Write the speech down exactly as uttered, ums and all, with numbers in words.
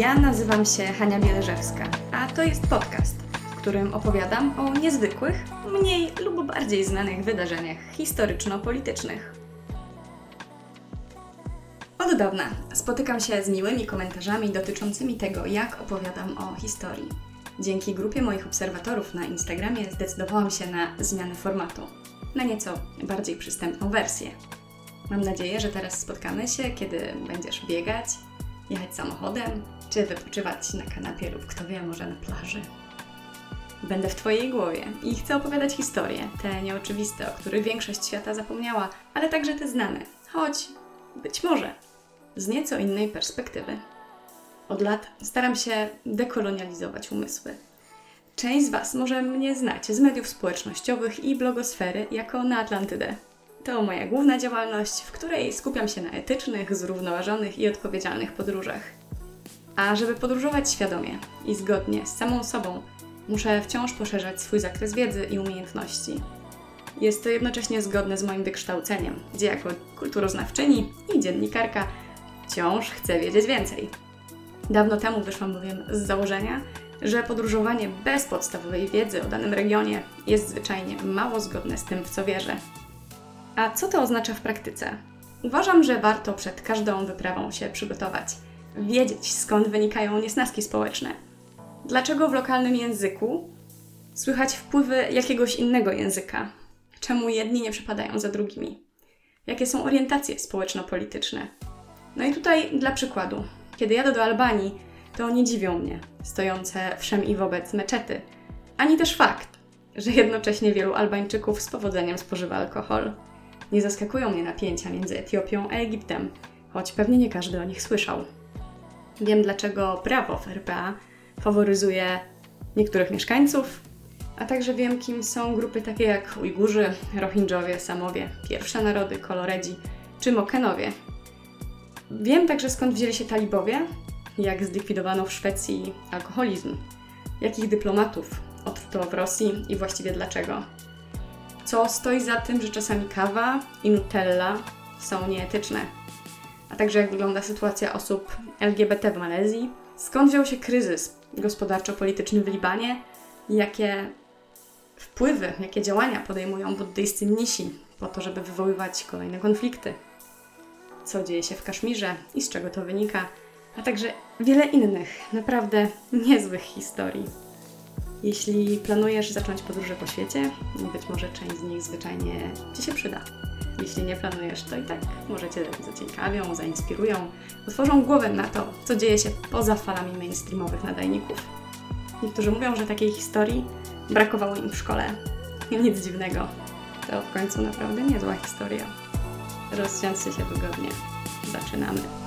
Ja nazywam się Hania Bieleżewska, a to jest podcast, w którym opowiadam o niezwykłych, mniej lub bardziej znanych wydarzeniach historyczno-politycznych. Od dawna spotykam się z miłymi komentarzami dotyczącymi tego, jak opowiadam o historii. Dzięki grupie moich obserwatorów na Instagramie zdecydowałam się na zmianę formatu, na nieco bardziej przystępną wersję. Mam nadzieję, że teraz spotkamy się, kiedy będziesz biegać, jechać samochodem, czy wypoczywać na kanapie lub kto wie, może na plaży. Będę w Twojej głowie i chcę opowiadać historie, te nieoczywiste, o których większość świata zapomniała, ale także te znane, choć być może z nieco innej perspektywy. Od lat staram się dekolonializować umysły. Część z Was może mnie znać z mediów społecznościowych i blogosfery jako na Atlantydę. To moja główna działalność, w której skupiam się na etycznych, zrównoważonych i odpowiedzialnych podróżach. A żeby podróżować świadomie i zgodnie z samą sobą, muszę wciąż poszerzać swój zakres wiedzy i umiejętności. Jest to jednocześnie zgodne z moim wykształceniem, gdzie jako kulturoznawczyni i dziennikarka wciąż chcę wiedzieć więcej. Dawno temu wyszłam bowiem z założenia, że podróżowanie bez podstawowej wiedzy o danym regionie jest zwyczajnie mało zgodne z tym, w co wierzę. A co to oznacza w praktyce? Uważam, że warto przed każdą wyprawą się przygotować, wiedzieć, skąd wynikają niesnaski społeczne. Dlaczego w lokalnym języku słychać wpływy jakiegoś innego języka? Czemu jedni nie przepadają za drugimi? Jakie są orientacje społeczno-polityczne? No i tutaj dla przykładu, kiedy jadę do Albanii, to nie dziwią mnie stojące wszem i wobec meczety, ani też fakt, że jednocześnie wielu Albańczyków z powodzeniem spożywa alkohol. Nie zaskakują mnie napięcia między Etiopią a Egiptem, choć pewnie nie każdy o nich słyszał. Wiem, dlaczego prawo w R P A faworyzuje niektórych mieszkańców, a także wiem, kim są grupy takie jak Ujgurzy, Rohindżowie, Samowie, pierwsze narody, Koloredzi czy Mokenowie. Wiem także, skąd wzięli się talibowie, jak zlikwidowano w Szwecji alkoholizm, jakich dyplomatów odtruto w Rosji i właściwie dlaczego. Co stoi za tym, że czasami kawa i Nutella są nieetyczne. A także jak wygląda sytuacja osób L G B T w Malezji, skąd wziął się kryzys gospodarczo-polityczny w Libanie, jakie wpływy, jakie działania podejmują buddyjscy mnisi po to, żeby wywoływać kolejne konflikty. Co dzieje się w Kaszmirze i z czego to wynika, a także wiele innych, naprawdę niezłych historii. Jeśli planujesz zacząć podróże po świecie, być może część z nich zwyczajnie Ci się przyda. Jeśli nie planujesz, to i tak może Cię zaciekawią, zainspirują, otworzą głowę na to, co dzieje się poza falami mainstreamowych nadajników. Niektórzy mówią, że takiej historii brakowało im w szkole. Nic dziwnego. To w końcu naprawdę niezła historia. Rozsiądźcie się wygodnie. Zaczynamy.